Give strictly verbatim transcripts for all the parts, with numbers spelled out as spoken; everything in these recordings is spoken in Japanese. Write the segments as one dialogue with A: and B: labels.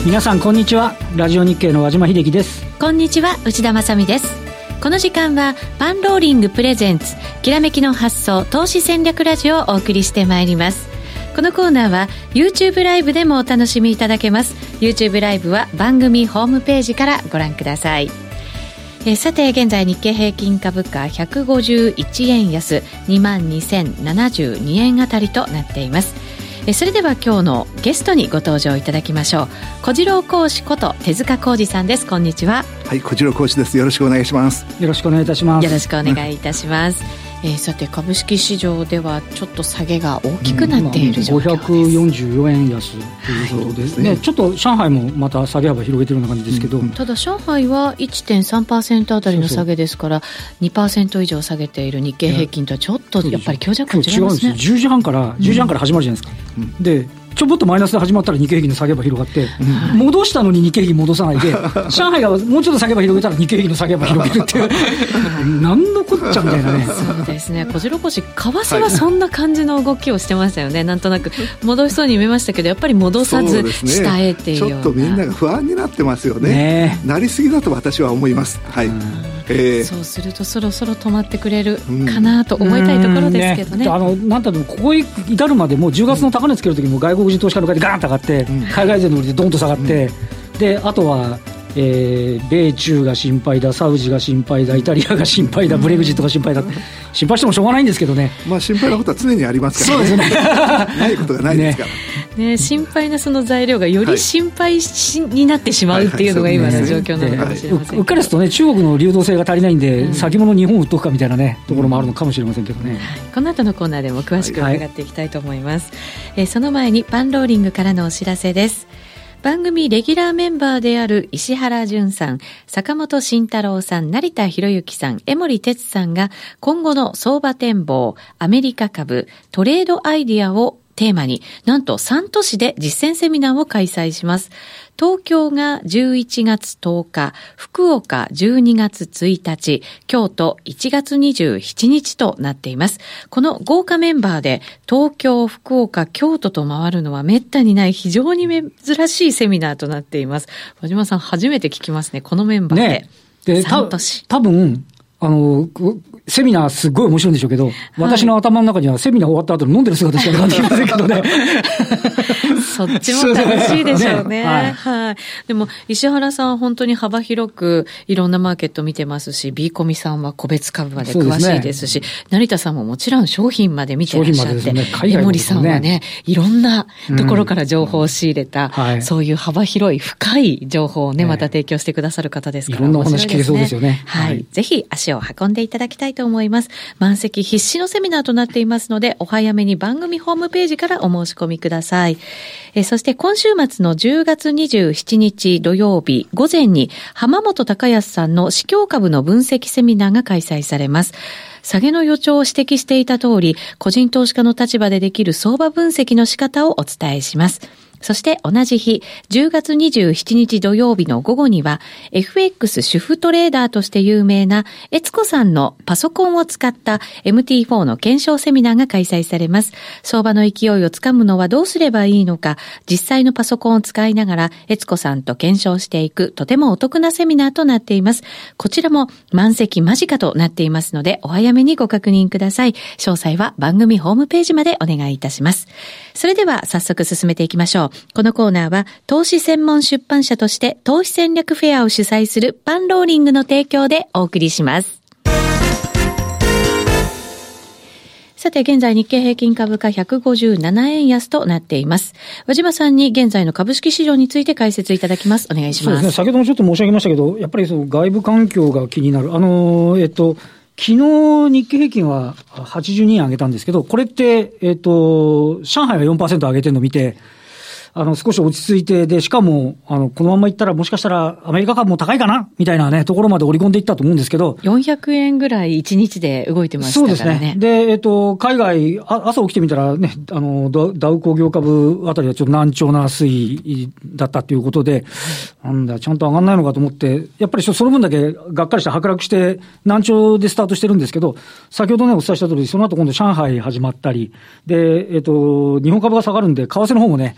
A: 皆さんこんにちは。ラジオ日経の和島秀樹です。
B: こんにちは、内田まさみです。この時間はパンローリングプレゼンツきらめきの発想投資戦略ラジオをお送りしてまいります。このコーナーは YouTube ライブでもお楽しみいただけます。 YouTube ライブは番組ホームページからご覧ください。えさて現在日経平均株価ひゃくごじゅういちえん安 にまんにせんななじゅうにえんあたりとなっています。えそれでは今日のゲストにご登場いただきましょう。小次郎講師こと手塚浩二さんです。こんにちは。
C: はい、小次郎講師です。よろしくお願いします。
A: よろしくお願いいたします。
B: よろしくお願いいたします、うんえー、さて株式市場ではちょっと下げが大きくなっている状況です、うんまあ、ごひゃくよんじゅうよえん安ということですね、はい、ちょっと上海もまた下げ幅広げているような感じですけど、うん、 ただ上海は いってんさんパーセント あたりの下げですから、そうそう にパーセント 以上下げている日経平均とはちょっとやっぱり強弱が違いますね。
A: 違うんですよ。じゅうじはんからじゅうじはんから始まるじゃないですか、うん、でちょぼっとマイナスで始まったら日経平均の下げ幅広がって、うん、戻したのに日経平均戻さないで上海がもうちょっと下げ幅広げたら日経平均の下げ幅広げるっていう何のこっちゃみたいなね。
B: そうですね。小次郎講師為替はそんな感じの動きをしてましたよね、はい、なんとなく戻しそうに見えましたけどやっぱり戻さず下へっていうような、
C: ね、ちょっとみんなが不安になってますよ ね, ねなりすぎだと私は思います、はいうん
B: えー、そうするとそろそろ止まってくれるかなと思いたいところですけど ね,、うん、ね
A: あのなんとでもここに至るまでもうじゅうがつの高値つけるときも外国人投資家の買いでガーンと上がって、うん、海外勢の売りでドンと下がって、うん、であとはえー、米中が心配だ、サウジが心配だ、イタリアが心配だ、ブレグジットが心配だって心配してもしょうがないんですけどね。
C: まあ心配なことは常にありますからね。そうですねないことがないですから、
B: ねね、心配なその材料がより心配し、はい、になってしまうっていうのが今の状況なのかもしれません。
A: うっかりするとね中国の流動性が足りないんで、うん、先物日本売っとくかみたいなねところもあるのかもしれませんけどね、うんはい、
B: この後のコーナーでも詳しく伺っていきたいと思います、はいえー、その前にパンローリングからのお知らせです。番組レギュラーメンバーである石原淳さん、坂本慎太郎さん、成田博之さん、江森哲さんが今後の相場展望、アメリカ株、トレードアイディアをテーマに、なんとさん都市で実践セミナーを開催します。東京がじゅういちがつとおか、福岡じゅうにがつついたち、京都いちがつにじゅうしちにちとなっています。この豪華メンバーで東京、福岡、京都と回るのはめったにない非常に珍しいセミナーとなっています。和島さん初めて聞きますね、このメンバーで。ね、でさん都市。
A: 多分あのセミナーすごい面白いんでしょうけど、はい、私の頭の中にはセミナー終わった後に飲んでる姿しか浮かんできませんけどね
B: そっちも楽しいでしょうね。ねはい、はい。でも石原さんは本当に幅広くいろんなマーケット見てますし、ビーコミさんは個別株まで詳しいですし、ですね、成田さんももちろん商品まで見てらっしゃって、ね、江森さんはね、いろんなところから情報を仕入れた、うんはい、そういう幅広い深い情報をね、また提供してくださる方ですから、
A: いろんなお話聞けそうですよね。
B: はい。はい、ぜひ足を運んでいただきたいと思います。満席必至のセミナーとなっていますので、お早めに番組ホームページからお申し込みください。えそして今週末のじゅうがつにじゅうしちにち土曜日午前に浜本隆康さんの市況株の分析セミナーが開催されます。下げの予兆を指摘していた通り、個人投資家の立場でできる相場分析の仕方をお伝えします。そして同じ日、じゅうがつにじゅうしちにち土曜日の午後には、エフエックス 主婦トレーダーとして有名な悦子さんのパソコンを使った エムティーフォー の検証セミナーが開催されます。相場の勢いをつかむのはどうすればいいのか、実際のパソコンを使いながら悦子さんと検証していく、とてもお得なセミナーとなっています。こちらも満席間近となっていますので、お早めにご確認ください。詳細は番組ホームページまでお願いいたします。それでは早速進めていきましょう。このコーナーは投資専門出版社として投資戦略フェアを主催するパンローリングの提供でお送りします。さて現在日経平均株価ひゃくごじゅうななえん安となっています。和島さんに現在の株式市場について解説いただきます。お願いします。
A: そうですね、先ほどもちょっと申し上げましたけど、やっぱりその外部環境が気になる。あのえっと昨日日経平均ははちじゅうにえん上げたんですけど、これって、えっと、上海が よんパーセント 上げてるのを見て、あの、少し落ち着いて、で、しかも、あの、このままいったら、もしかしたら、アメリカ株も高いかなみたいなね、ところまで織り込んでいったと思うんですけど。
B: よんひゃくえんぐらいいちにちで動いてましたからね。
A: そうですね。で、えっと、海外、あ朝起きてみたらね、あの、ダウ工業株あたりはちょっと難聴な推移だったということで、なんだ、ちゃんと上がんないのかと思って、やっぱりその分だけがっかりして、剥落して、難聴でスタートしてるんですけど、先ほどね、お伝えした通り、その後今度上海始まったり、で、えっと、日本株が下がるんで、為替の方もね、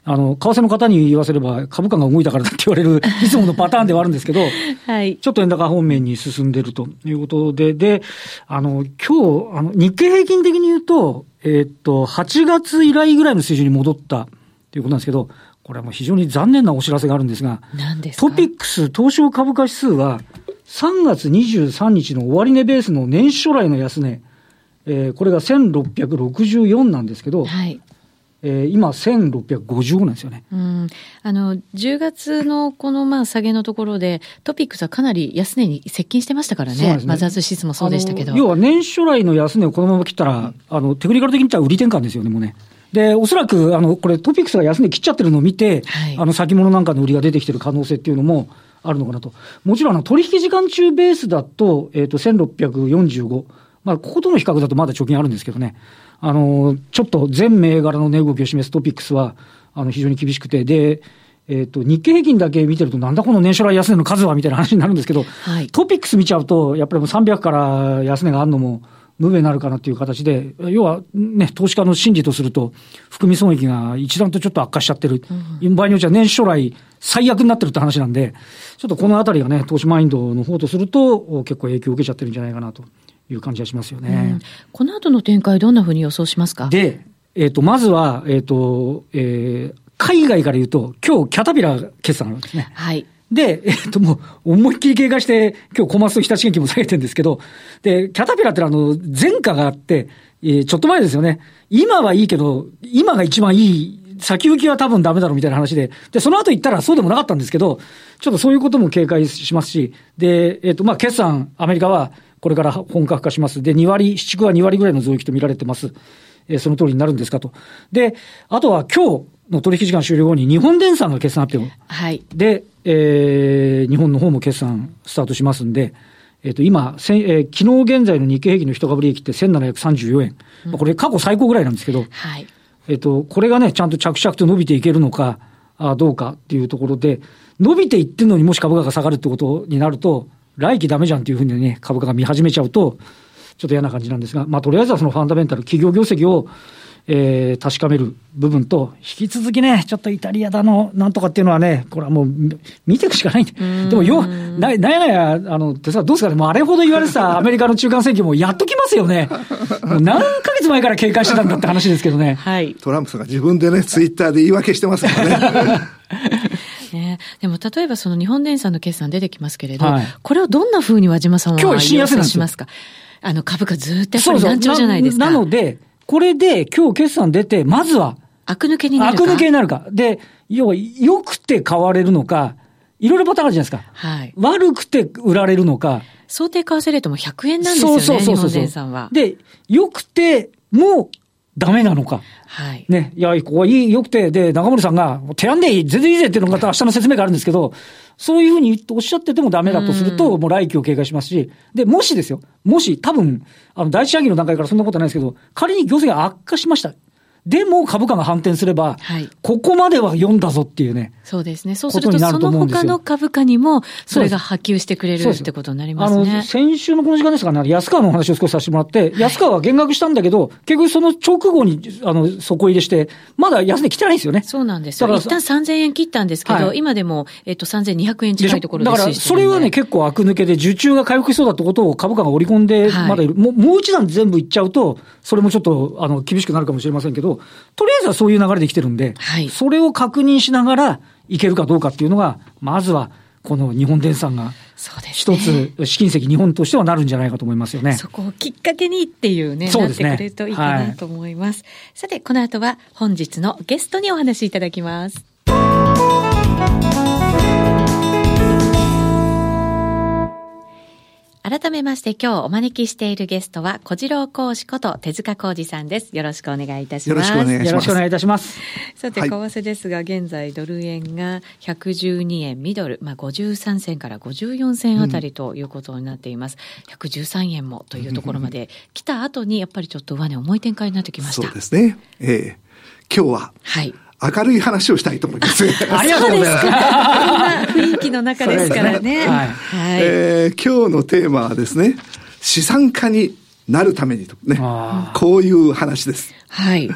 A: あの、為替の方に言わせれば株価が動いたからだって言われるいつものパターンではあるんですけど、はい、ちょっと円高方面に進んでるということで、で、あの、今日、あの、日経平均的に言うと、えー、っと、はちがつ以来ぐらいの水準に戻ったということなんですけど、これはもう非常に残念なお知らせがあるんですが、
B: 何ですか？
A: トピックス東証株価指数はさんがつにじゅうさんにちの終値ベースの年初来の安値、えー、これがせんろっぴゃくろくじゅうよんなんですけど、はい、えー、今せんろっぴゃくごじゅうごなんですよね。
B: うん、あのじゅうがつのこのまあ下げのところでトピックスはかなり安値に接近してましたから ね, ねマザーズ指数もそうでしたけど、
A: 要は年初来の安値をこのまま切ったら、うん、あのテクニカル的に言ったら売り転換ですよね、もうね。で、おそらく、あの、これトピックスが安値切っちゃってるのを見て、はい、あの、先物なんかの売りが出てきてる可能性っていうのもあるのかなと。もちろん、あの、取引時間中ベースだと、えっと、せんろっぴゃくよんじゅうご。まあ、こことの比較だとまだ貯金あるんですけどね。あの、ちょっと全銘柄の値動きを示すトピックスは、あの、非常に厳しくて、で、えっと、日経平均だけ見てると、なんだこの年初来安値の数はみたいな話になるんですけど、はい、トピックス見ちゃうと、やっぱりもうさんびゃくから安値があるのも、無名になるかなという形で、要はね、投資家の心理とすると、含み損益が一段とちょっと悪化しちゃってる。うん、場合によっては年初来最悪になってるって話なんで、ちょっとこのあたりがね、投資マインドの方とすると、結構影響を受けちゃってるんじゃないかなという感じがしますよね。うん、
B: この後の展開、どんなふうに予想しますか？
A: で、えっと、まずは、えっと、えー、海外から言うと、今日キャタピラー決算なんですね。
B: はい。
A: で、えっと、もう、思いっきり警戒して、今日コマースと日立元気も下げてるんですけど、で、キャタピラーってあの、前科があって、えー、ちょっと前ですよね。今はいいけど、今が一番いい、先行きは多分ダメだろうみたいな話で、で、その後言ったらそうでもなかったんですけど、ちょっとそういうことも警戒しますし、で、えっと、まあ、決算、アメリカはこれから本格化します。で、にわり、市区はにわりぐらいの増益と見られてます。えー、その通りになるんですかと。で、あとは今日の取引時間終了後に日本電産が決算発表。
B: はい。
A: で、えー、日本の方も決算スタートしますんで、えっと、今、えー、昨日現在の日経平均の一株利益ってせんななひゃくさんじゅうよえん。うん、これ過去最高ぐらいなんですけど、
B: はい。
A: えっと、これがね、ちゃんと着々と伸びていけるのか、あどうかっていうところで、伸びていってんのにもし株価が下がるってことになると、来期ダメじゃんっていうふうにね、株価が見始めちゃうと、ちょっと嫌な感じなんですが、まあ、とりあえずはそのファンダメンタル、企業業績を、えー、確かめる部分と、引き続きね、ちょっとイタリアだの、なんとかっていうのはね、これはもう、見ていくしかない。でもよ、な、なんやや、あの、ってさ、どうですかね、もうあれほど言われてたアメリカの中間選挙もやっときますよね。もう何ヶ月前から警戒してたんだって話ですけどね。
B: はい。
C: トランプさんが自分でね、ツイッターで言い訳してますからね。
B: ね、でも例えばその日本電産の決算出てきますけれど、はい、これをどんなふうに和島さんは予想しますか？あの株価ずっとやっぱり難聴じゃないですか。
A: そうそう な, なので、これで今日決算出て、まずは、
B: 悪抜けになるか。
A: 悪抜けになるか。で、要は、良くて買われるのか、いろいろパターンあるじゃないですか。
B: はい。
A: 悪くて売られるのか。
B: 想定為替レートもひゃくえんなんですよね、そうそうそうそう日本電産は。
A: で、良くてもダメなのか。
B: はい。
A: ね。いや、ここはいい、良くて、で、中森さんが、手やんでいい、全然いいぜっていうのが明日の説明があるんですけど、そういうふうにおっしゃっててもダメだとすると、もう来期を警戒しますし、で、もしですよ、もし、多分、あの、第一社議の段階からそんなことはないですけど、仮に業績が悪化しました。でも株価が反転すれば、はい、ここまでは読んだぞっていうね。
B: そうですね。そうすると、その他の株価にも、それが波及してくれるってことになりますね。
A: あの、先週のこの時間ですかね、安川のお話を少しさせてもらって、はい、安川は減額したんだけど、結局その直後に、あの、底入れして、まだ安値来てないんですよね。
B: そうなんですよ。一旦さんぜんえん切ったんですけど、はい、今でも、えっと、さんぜんにひゃくえん近いところで推移してるんで。
A: だから、それはね、結構悪抜けで、受注が回復しそうだってことを株価が織り込んで、まだいる。はい、もう、もう一段全部いっちゃうと、それもちょっと、あの、厳しくなるかもしれませんけど、とりあえずはそういう流れで来てるんで、はい、それを確認しながらいけるかどうかっていうのが、まずはこの日本電産が一つ試金石日本としてはなるんじゃないかと思いますよね。
B: そこをきっかけにっていうね、なってくれるといいかなと思います。はい、さて、この後は本日のゲストにお話しいただきます。改めまして今日お招きしているゲストは小次郎講師こと手塚浩二さんです。よろしくお願いいたします。
C: よろしくお願いします。
A: よろしくお願いいたします。
B: さて、為替ですが、現在ドル円がひゃくじゅうにえんミドル、まあ、ごじゅうさんせんからごじゅうよんせんあたりということになっています。うん、ひゃくじゅうさんえんもというところまで来た後にやっぱりちょっと上値重い展開になってきました。
C: そうですね。えー、今日は。はい。明るい話をしたいと思います。
A: ありがとうございます。こん
B: な雰囲気の中ですからね。はい。
C: えー、今日のテーマはですね、資産家になるためにとね、こういう話です。
B: はい。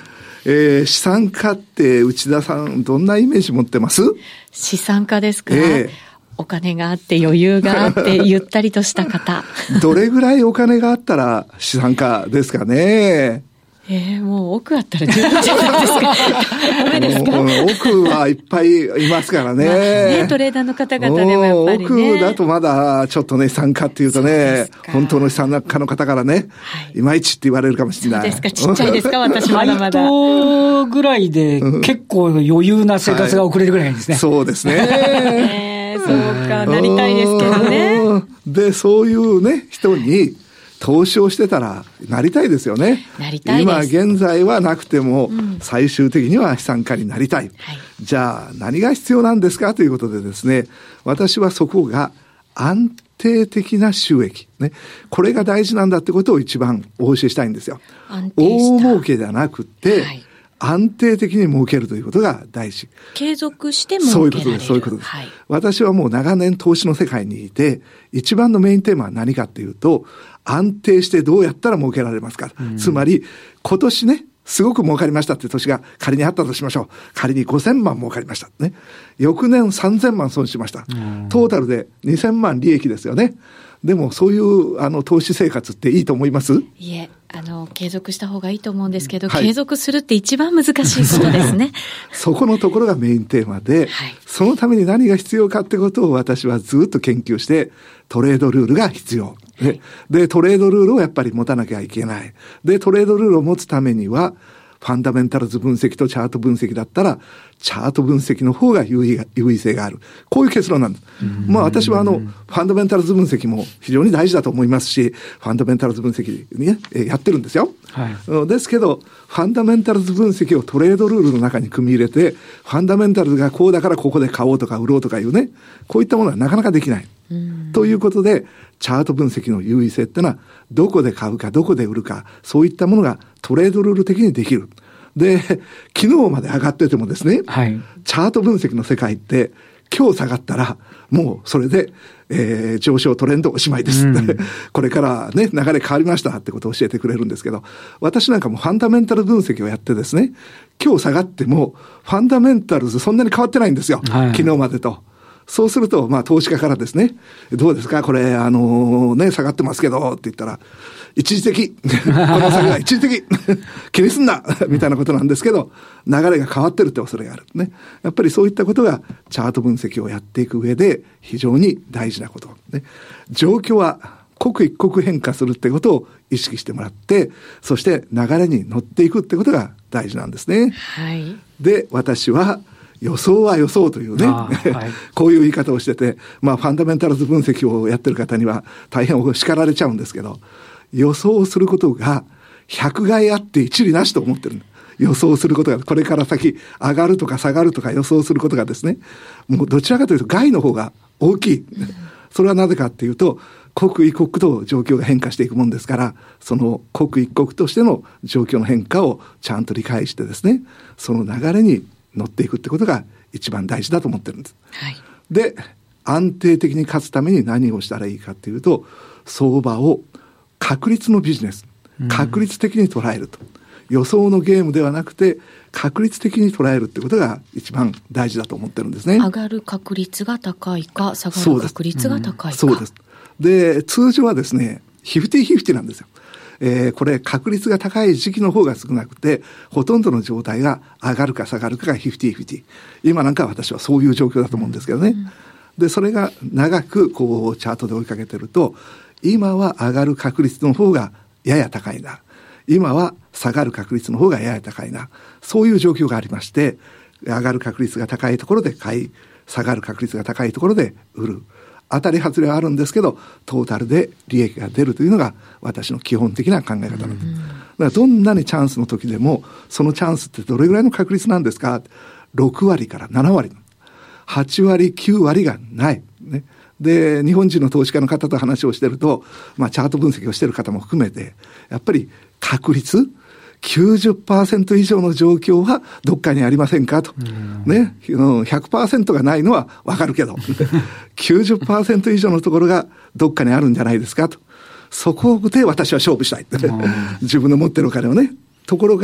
C: えー、資産家って内田さんどんなイメージ持ってます？
B: 資産家ですか？
C: えー、
B: お金があって余裕があってゆったりとした方
C: どれぐらいお金があったら資産家ですかね？
B: えー、もう奥あったら十分じゃないですか。ダメですか？
C: 奥はいっぱいいますからね。
B: まあ、ね、トレーダーの方々でもやっぱりね。
C: 奥だとまだちょっとね、資産家っていうとね、本当の資産家の方からね、はい、いまいちって言われるかもしれない。
B: そうですか、ちっちゃいですか、私まだまだ。
A: 配当ぐらいで結構余裕な生活が送れるぐらいですね。
C: はい、そうですね。
B: そうか、なりたいですけどね。
C: で、そういうね、人に、投資をしてたらなりたいですよね。
B: なりたいです。
C: 今現在はなくても、うん、最終的には資産家になりたい、はい。じゃあ何が必要なんですかということでですね、私はそこが安定的な収益、ね、これが大事なんだってことを一番お教えしたいんですよ。大儲けじゃなくて、はい、安定的に儲けるということが大事。
B: 継続して儲けられる。そういうことです。
C: そういうことです。はい、私はもう長年投資の世界にいて、一番のメインテーマは何かっていうと、安定してどうやったら儲けられますか、うん、つまり今年ねすごく儲かりましたって年が仮にあったとしましょう。仮にごせんまん儲かりましたね。翌年さんぜんまん損しました、うん、トータルでにせんまん利益ですよね。でもそういうあの投資生活っていいと思います？
B: いえ、あの継続した方がいいと思うんですけど、はい、継続するって一番難しいことですね。
C: そこのところがメインテーマで、はい、そのために何が必要かってことを私はずっと研究して、トレードルールが必要、はい、でトレードルールをやっぱり持たなきゃいけない。でトレードルールを持つためにはファンダメンタルズ分析とチャート分析だったら、チャート分析の方が優位が、優位性がある。こういう結論なんです。まあ私はあの、ファンダメンタルズ分析も非常に大事だと思いますし、ファンダメンタルズ分析にね、やってるんですよ。はい、ですけど、ファンダメンタルズ分析をトレードルールの中に組み入れて、ファンダメンタルズがこうだからここで買おうとか売ろうとかいうね、こういったものはなかなかできない。ということで、チャート分析の優位性ってのは、どこで買うか、どこで売るか、そういったものがトレードルール的にできる。で、昨日まで上がっててもですね、はい、チャート分析の世界って、今日下がったら、もうそれで、えー、上昇トレンドおしまいです、うん、これからね、流れ変わりましたってことを教えてくれるんですけど、私なんかもファンダメンタル分析をやってですね、今日下がっても、ファンダメンタルズそんなに変わってないんですよ。はい、昨日までと。そうすると、まあ、投資家からですね、どうですかこれ、あのー、ね、下がってますけど、って言ったら、一時的。この下げは一時的。気にすんなみたいなことなんですけど、流れが変わってるって恐れがある。ね。やっぱりそういったことが、チャート分析をやっていく上で、非常に大事なこと。ね。状況は、刻一刻変化するってことを意識してもらって、そして流れに乗っていくってことが大事なんですね。はい。で、私は、予想は予想というね、はい、こういう言い方をしてて、まあファンダメンタルズ分析をやってる方には大変叱られちゃうんですけど、予想することが百害あって一理なしと思ってる。予想することが、これから先上がるとか下がるとか予想することがですね、もうどちらかというと害の方が大きい。それはなぜかっていうと、刻一刻と状況が変化していくもんですから、その刻一刻としての状況の変化をちゃんと理解してですね、その流れに乗っていくってことが一番大事だと思ってるんです。はい、で、安定的に勝つために何をしたらいいかっていうと、相場を確率のビジネス、確率的に捉えると。うん、予想のゲームではなくて、確率的に捉えるってことが一番大事だと思ってるんですね。
B: 上がる確率が高いか、下がる確率が高いか。
C: そうです。で、通常はですね、フィフティフィフティなんですよ。えー、これ確率が高い時期の方が少なくて、ほとんどの状態が上がるか下がるかがフィフティフィフティ。今なんか私はそういう状況だと思うんですけどね。うん、で、それが長くこうチャートで追いかけてると、今は上がる確率の方がやや高いな。今は下がる確率の方がやや高いな。そういう状況がありまして、上がる確率が高いところで買い、下がる確率が高いところで売る。当たり外れはあるんですけど、トータルで利益が出るというのが私の基本的な考え方なんです。だからどんなにチャンスの時でも、そのチャンスってどれぐらいの確率なんですか？ろくわりからななわり。はちわり、きゅうわりがない。ね。で、日本人の投資家の方と話をしてると、まあチャート分析をしてる方も含めて、やっぱり確率、きゅうじゅっパーセント 以上の状況はどっかにありませんかと。ね。ひゃくパーセント がないのはわかるけど、きゅうじゅっパーセント 以上のところがどっかにあるんじゃないですかと。そこで私は勝負したい。自分の持ってるお金をね。ところが、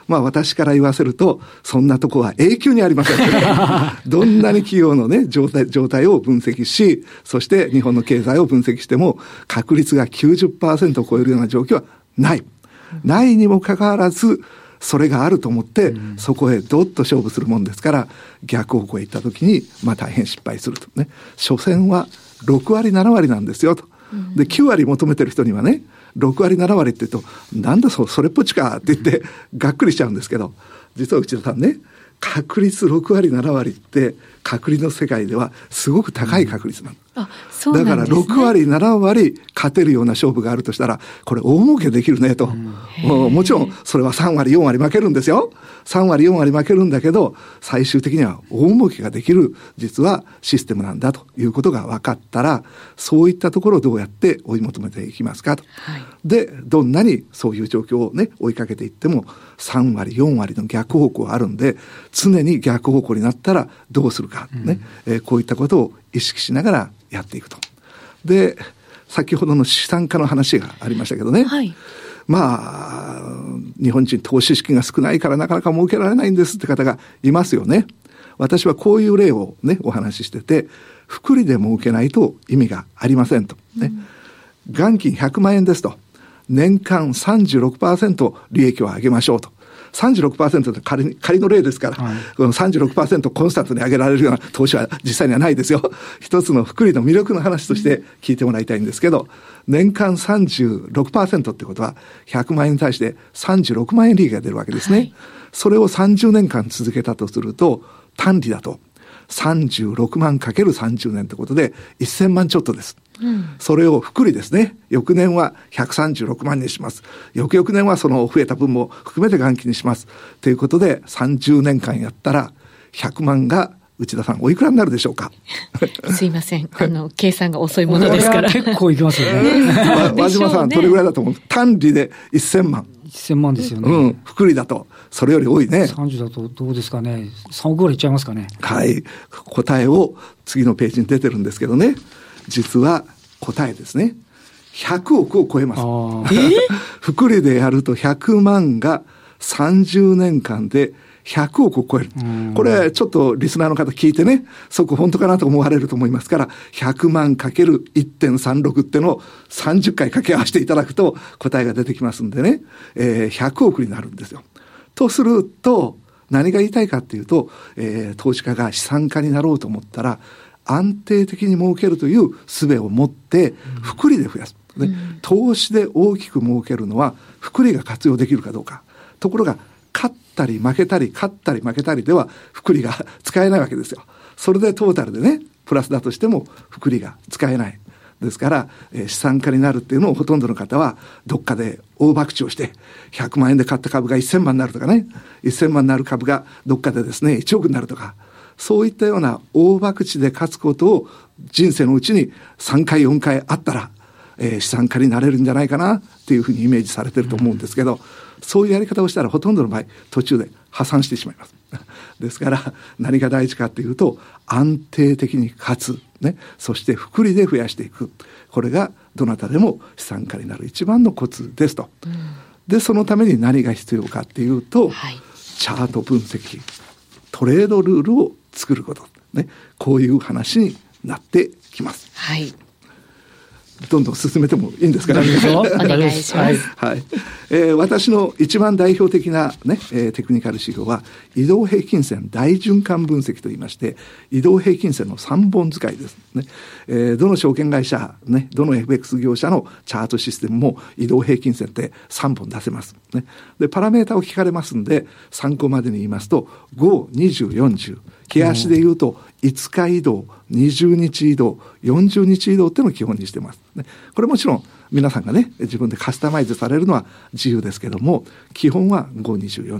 C: まあ私から言わせると、そんなとこは永久にありません、ね。どんなに企業のね、状態、状態を分析し、そして日本の経済を分析しても、確率が きゅうじゅっパーセント を超えるような状況はない。ないにもかかわらず、それがあると思って、うん、そこへどっと勝負するもんですから、逆方向へ行った時に、まあ大変失敗するとね。所詮はろくわりななわりなんですよと。で、きゅうわり求めてる人にはね、ろくわりななわりって言うと、なんだそ、それっぽっちかって言って、がっくりしちゃうんですけど、実は内田さんね、確率ろくわりななわりって、確率の世界ではすごく高い確率なの。
B: うん、あ、そうなんですね。
C: だからろくわりななわり勝てるような勝負があるとしたら、これ大儲けできるねと。うん、もちろんそれはさんわりよんわり負けるんですよ。さんわりよんわり負けるんだけど、最終的には大儲けができる実はシステムなんだということが分かったら、そういったところをどうやって追い求めていきますかと。はい、で、どんなにそういう状況をね、追いかけていってもさんわりよんわりの逆方向あるんで、常に逆方向になったらどうするかね、うん、えー、こういったことを意識しながらやっていくと。で、先ほどの資産家の話がありましたけどね。はい、まあ、日本人投資資金が少ないからなかなか儲けられないんですって方がいますよね。私はこういう例をね、お話ししてて、複利で儲けないと意味がありませんと。ね。うん、元金ひゃくまんえんですと。年間 さんじゅうろくパーセント 利益を上げましょうと。さんじゅうろくパーセント って仮に、仮の例ですから、はい、この さんじゅうろくパーセント コンスタントに上げられるような投資は実際にはないですよ。一つの複利の魅力の話として聞いてもらいたいんですけど、年間 さんじゅうろくパーセント ってことはひゃくまんえんに対してさんじゅうろくまんえん利益が出るわけですね。はい、それをさんじゅうねんかん続けたとすると、単利だとさんじゅうろくまんかけるさんじゅうねんってことでせんまんちょっとです。うん、それを複利ですね。翌年はひゃくさんじゅうろくまんにします。翌々年はその増えた分も含めて元金にします。ということでさんじゅうねんかんやったらひゃくまんが内田さんおいくらになるでしょうか。
B: すいません。あの、計算が遅いものですから。
A: 結構いきますよね。
C: 和島さん、どれぐらいだと思う？単利でせんまん。
A: せんまんですよね。
C: うん。複利だと、それより多いね。
A: さんじゅうだとどうですかね。さんおくぐらいいっちゃいますかね。
C: はい。答えを次のページに出てるんですけどね。実は答えですね。ひゃくおくを超えます。複利でやるとひゃくまんがさんじゅうねんかんでひゃくおくを超える。これちょっとリスナーの方聞いてね、そこ本当かなと思われると思いますから、ひゃくまんかける いってんさんろく ってのをさんじゅっかい掛け合わせていただくと答えが出てきますんでね、えー、ひゃくおくになるんですよ。とすると、何が言いたいかっていうと、えー、投資家が資産家になろうと思ったら、安定的に儲けるという術を持って複利で増やす、うん、で投資で大きく儲けるのは複利が活用できるかどうか。ところが勝ったり負けたり勝ったり負けたりでは複利が使えないわけですよ。それでトータルでねプラスだとしても複利が使えない。ですから、えー、資産家になるっていうのをほとんどの方はどっかで大博打をしてひゃくまんえんで買った株がせんまんになるとかね、せんまんになる株がどっかでですねいちおくになるとか、そういったような大博打で勝つことを人生のうちにさんかいよんかいあったら、えー、資産家になれるんじゃないかなっていうふうにイメージされてると思うんですけど、うん、そういうやり方をしたらほとんどの場合途中で破産してしまいます。ですから何が大事かっていうと、安定的に勝つ、ね、そして複利で増やしていく。これがどなたでも資産家になる一番のコツですと。うん、でそのために何が必要かっていうと、はい、チャート分析、トレードルールを作ること、ね、こういう話になってきます。
B: はい。
C: どんどん進めてもいいんですかね。
B: お願いします。
C: はい。えー、私の一番代表的なね、えー、テクニカル指標は移動平均線大循環分析といいまして、移動平均線のさんぼん使いですね。えー、どの証券会社ね、どの エフエックス 業者のチャートシステムも移動平均線ってさんぼん出せますね。でパラメータを聞かれますんで参考までに言いますとご、にじゅう、よんじゅう、日足で言うといつか移動、にじゅうにち移動、よんじゅうにち移動っていうのを基本にしてます、ね。これもちろん皆さんがね自分でカスタマイズされるのは自由ですけども、基本はご、にじゅう、よんじゅう、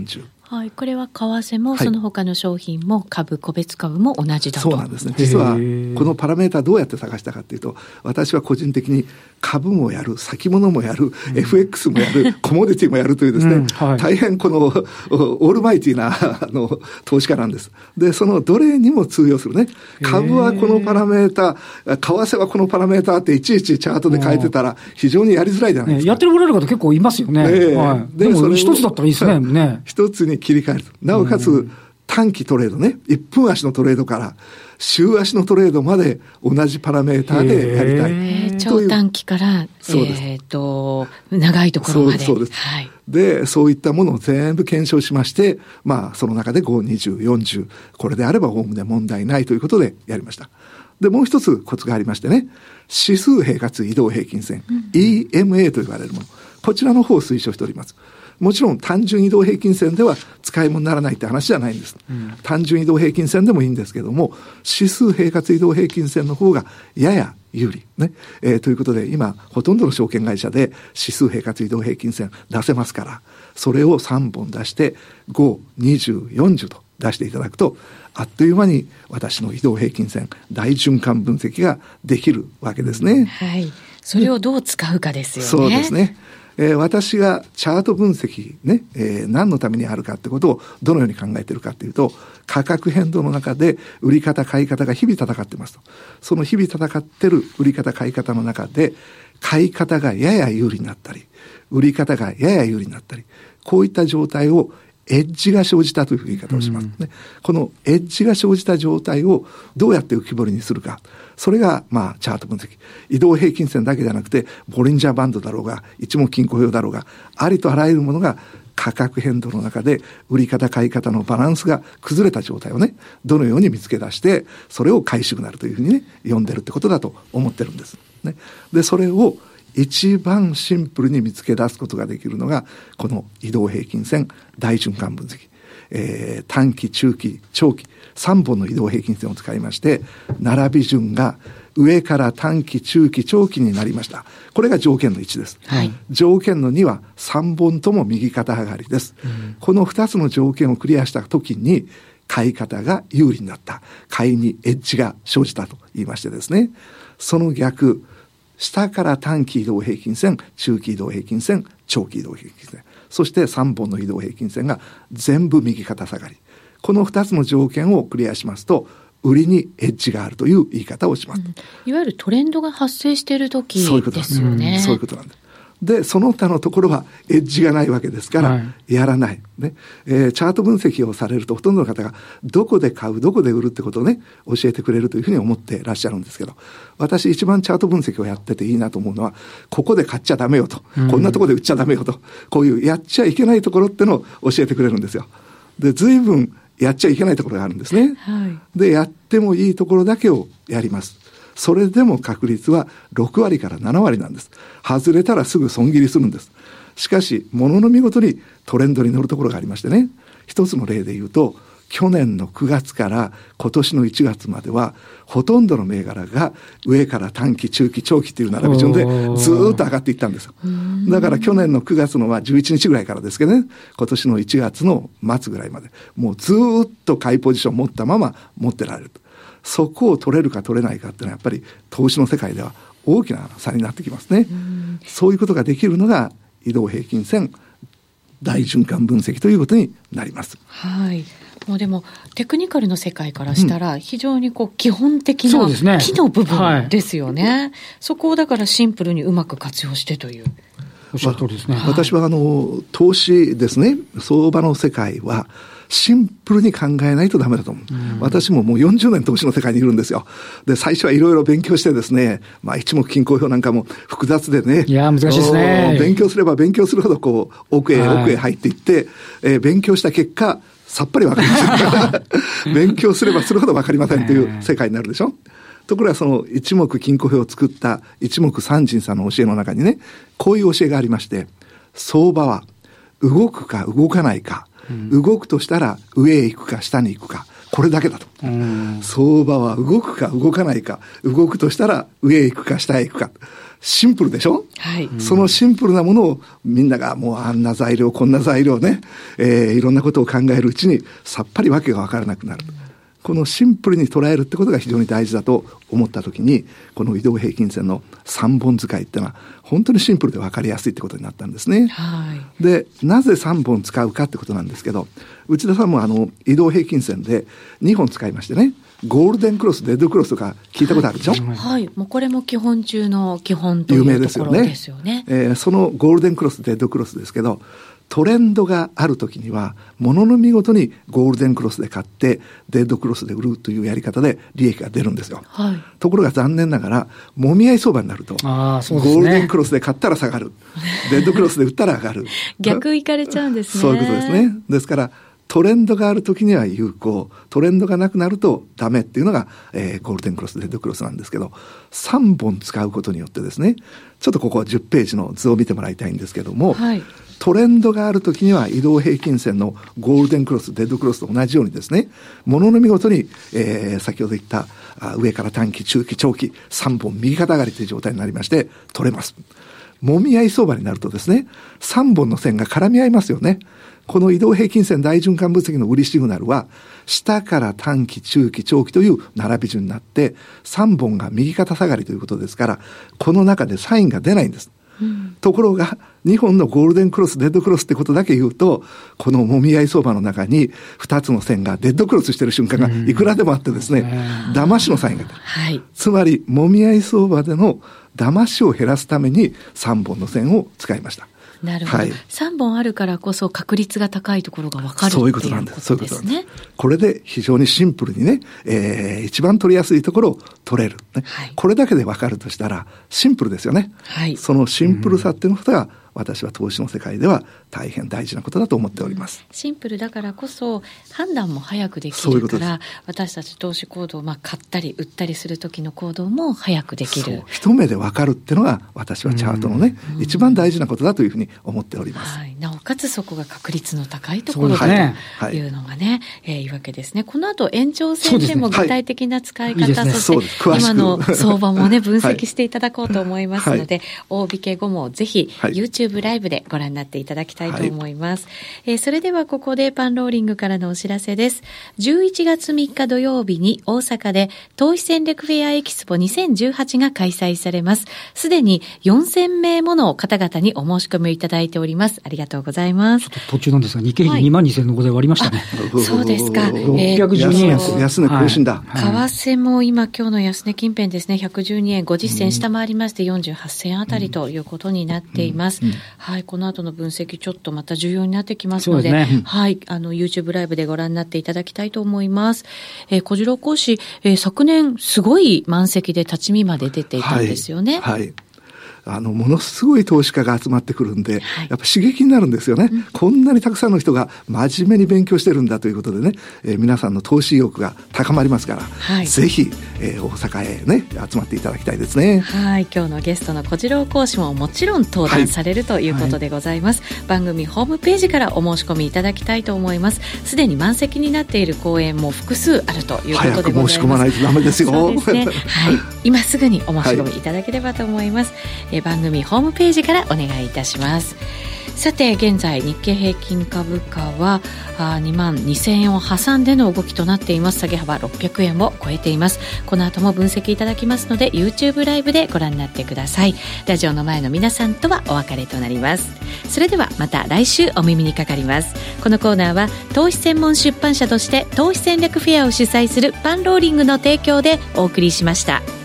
B: はい、これは為替もその他の商品も株、個別株も同じだと。
C: そうなんですね。実はこのパラメータどうやって探したかというと、私は個人的に株もやる、先物もやる、うん、エフエックス もやる、コモディティもやるというですね、うんはい、大変このオールマイティなあの投資家なんです。で、そのどれにも通用するね。株はこのパラメータ、為替はこのパラメータっていちいちチャートで変えてたら非常にやりづらいじゃないですか。
A: やってもらえる方結構いますよね。えーはい、でもそれ一つだったらいいですね。ね
C: 一つに切り替えると。なおかつ、うん短期トレードね、いっぷん足のトレードから週足のトレードまで同じパラメーターでやりたい。
B: えー、超短期から、そうです。えっと、長いところまで。
C: そうです。はい。で、そういったものを全部検証しまして、まあ、その中でご、にじゅう、よんじゅう、これであればおおむね問題ないということでやりました。で、もう一つコツがありましてね、指数平滑移動平均線、うん、イーエムエー と言われるもの、こちらの方を推奨しております。もちろん単純移動平均線では使い物にならないって話じゃないんです、うん、単純移動平均線でもいいんですけども、指数平滑移動平均線の方がやや有利ね、えー、ということで今ほとんどの証券会社で指数平滑移動平均線出せますから、それをさんぼん出してご、にじゅう、よんじゅうと出していただくと、あっという間に私の移動平均線大循環分析ができるわけですね。
B: はい、それをどう使うかですよね。
C: そうですね。えー、私がチャート分析ね、えー、何のためにあるかってことをどのように考えているかというと、価格変動の中で売り方買い方が日々戦ってますと。その日々戦ってる売り方買い方の中で、買い方がやや有利になったり、売り方がやや有利になったり、こういった状態をエッジが生じたという言い方をしますね、うん、このエッジが生じた状態をどうやって浮き彫りにするか、それがまあチャート分析。移動平均線だけじゃなくてボリンジャーバンドだろうが一目均衡表だろうが、ありとあらゆるものが価格変動の中で売り方買い方のバランスが崩れた状態をね、どのように見つけ出してそれを買いシグナルというふうにね呼んでるってことだと思ってるんですね。でそれを一番シンプルに見つけ出すことができるのがこの移動平均線大循環分析、えー、短期中期長期さんぼんの移動平均線を使いまして、並び順が上から短期中期長期になりました。これが条件のいちです、はい、条件のにはさんぼんとも右肩上がりです、うん、このふたつの条件をクリアした時に買い方が有利になった、買いにエッジが生じたと言いましてですね、その逆、下から短期移動平均線、中期移動平均線、長期移動平均線、そしてさんぼんの移動平均線が全部右肩下がり。このふたつの条件をクリアしますと、売りにエッジがあるという言い方をします、うん、
B: いわゆるトレンドが発生している時ですよね。
C: そういうことなんです。で、その他のところはエッジがないわけですから、はい、やらない、ねえー。チャート分析をされるとほとんどの方がどこで買う、どこで売るってことをね、教えてくれるというふうに思っていらっしゃるんですけど、私一番チャート分析をやってていいなと思うのは、ここで買っちゃダメよと、うん、こんなところで売っちゃダメよと、こういうやっちゃいけないところってのを教えてくれるんですよ。で、随分やっちゃいけないところがあるんですね。はい、で、やってもいいところだけをやります。それでも確率はろくわりからななわりなんです。外れたらすぐ損切りするんです。しかし、ものの見事にトレンドに乗るところがありましてね。一つの例で言うと、去年のくがつから今年のいちがつまでは、ほとんどの銘柄が上から短期、中期、長期という並び順でずーっと上がっていったんですよ。だから去年のくがつのはじゅういちにちぐらいからですけどね、今年のいちがつの末ぐらいまで、もうずーっと買いポジションを持ったまま持ってられる。そこを取れるか取れないかっていうのはやっぱり投資の世界では大きな差になってきますね。うそういうことができるのが移動平均線大循環分析ということになります。
B: はい。もうでもテクニカルの世界からしたら非常にこう基本的な木の部分ですよね。はい、そこをだからシンプルにうまく活用してという。
A: おっしゃる通りですね。
C: 私はあの投資ですね、相場の世界はシンプルに考えないとダメだと思う。うん、私ももうよんじゅうねん投資の世界にいるんですよ。で、最初はいろいろ勉強してですね、まあ一目均衡表なんかも複雑でね。
A: いや、難しいですね。
C: 勉強すれば勉強するほどこう、奥へ奥へ入っていって、はい、えー、勉強した結果、さっぱりわかりません。勉強すればするほどわかりませんという世界になるでしょ。ところがその一目均衡表を作った一目三人さんの教えの中にね、こういう教えがありまして、相場は動くか動かないか、うん、動くとしたら上へ行くか下に行くか、これだけだと。うん、相場は動くか動かないか、動くとしたら上へ行くか下へ行くか。 シンプルでしょ、
B: はい、
C: そのシンプルなものをみんながもうあんな材料こんな材料ね、えー、いろんなことを考えるうちにさっぱりわけがわからなくなる。このシンプルに捉えるってことが非常に大事だと思ったときに、この移動平均線のさんぼん使いっていうのは本当にシンプルで分かりやすいってことになったんですね。
B: はい、
C: で、なぜさんぼん使うかってことなんですけど、内田さんもあの移動平均線でにほん使いましてね、ゴールデンクロス、デッドクロスとか聞いたことあるでしょ。
B: はい、はい、もうこれも基本中の基本というところですよね。
C: 有名ですよね。えー、そのゴールデンクロス、デッドクロスですけど、トレンドがあるときには、ものの見事にゴールデンクロスで買って、デッドクロスで売るというやり方で利益が出るんですよ。
B: はい、
C: ところが残念ながら、もみ合い相場になると、
A: あ、そうですね、
C: ゴールデンクロスで買ったら下がる。デッドクロスで売ったら上がる。
B: 逆いかれちゃうんですね。
C: そういうことですね。ですから、トレンドがあるときには有効、トレンドがなくなるとダメっていうのが、えー、ゴールデンクロス、デッドクロスなんですけど、さんぼん使うことによってですね、ちょっとここじゅっページの図を見てもらいたいんですけども、はい、トレンドがあるときには移動平均線のゴールデンクロス、デッドクロスと同じようにですね、ものの見事に、えー、先ほど言った上から短期、中期、長期、さんぼん右肩上がりという状態になりまして、取れます。もみ合い相場になるとですね、さんぼんの線が絡み合いますよね。この移動平均線大循環分析の売りシグナルは、下から短期、中期、長期という並び順になって、さんぼんが右肩下がりということですから、この中でサインが出ないんです。うん、ところが、にほんのゴールデンクロス、デッドクロスってことだけ言うと、このもみ合い相場の中にふたつの線がデッドクロスしてる瞬間がいくらでもあってですね、うん、騙しのサインが出る。
B: はい、
C: つまり、もみ合い相場での騙しを減らすためにさんぼんの線を使いました。
B: なるほど、はい、さんぼんあるからこそ確率が高いところが分かる。
C: そういうことなんです。そういうことなんです。これで非常にシンプルにね、えー、一番取りやすいところを取れる、ね、はい、これだけで分かるとしたらシンプルですよね。
B: はい、
C: そのシンプルさっていうことが私は投資の世界では大変大事なことだと思っております。
B: シンプルだからこそ判断も早くできるから、私たち投資行動、まあ、買ったり売ったりする時の行動も早くできる。そう、
C: 一目で分かるっていうのが私はチャートのね、一番大事なことだというふうに思っております。
B: はい、なおかつそこが確率の高いところだ、ね、というのがね、はい、えー、いうわけですね。この後延長戦でも具体的な使い方、そ、ね、はい、そして今の相場もね分析していただこうと思いますので、はい、大引け後もぜひ YouTube ライブでご覧になっていただきたいと思います。はい、えー、それではここでパンローリングからのお知らせです。じゅういちがつみっか土曜日に大阪で投資戦略フェアエキスポにせんじゅうはちが開催されます。すでによんせんめいもの方々にお申し込みをいただいております。ありがとうございます。
A: ちょっと途中なんですが、日経平均にまんにせんのごで割りましたね。
B: はい、そうですか。
A: ろっぴゃくじゅうにえん。
C: 安値更新だ。
B: はい、為替も今今日の安値近辺ですね、ひゃくじゅうにえんごじゅっせん下回りましてよんじゅうはっせんあたりということになっています。うんうん、はい、この後の分析ちょっとまた重要になってきますので、ね、はい、あの YouTube ライブでご覧になっていただきたいと思います。えー、小次郎講師、えー、昨年すごい満席で立ち見まで出ていたんですよね。
C: はい、はい、あのものすごい投資家が集まってくるんで、はい、やっぱ刺激になるんですよね。うん、こんなにたくさんの人が真面目に勉強してるんだということでね、えー、皆さんの投資意欲が高まりますから、はい、ぜひ、えー、大阪へね集まっていただきたいですね。
B: はい、今日のゲストの小次郎講師ももちろん登壇されるということでございます。はいはい、番組ホームページからお申し込みいただきたいと思います。すでに満席になっている講演も複数あるということでございます。
C: 早く申し込まないとダメですよ。
B: そうですね。はい、今すぐにお申し込みいただければと思います。はい、番組ホームページからお願いいたします。さて現在日経平均株価はにまんにせんえんを挟んでの動きとなっています。下げ幅ろっぴゃくえんを超えています。この後も分析いただきますので YouTube ライブでご覧になってください。ラジオの前の皆さんとはお別れとなります。それではまた来週お耳にかかります。このコーナーは投資専門出版社として投資戦略フェアを主催するパンローリングの提供でお送りしました。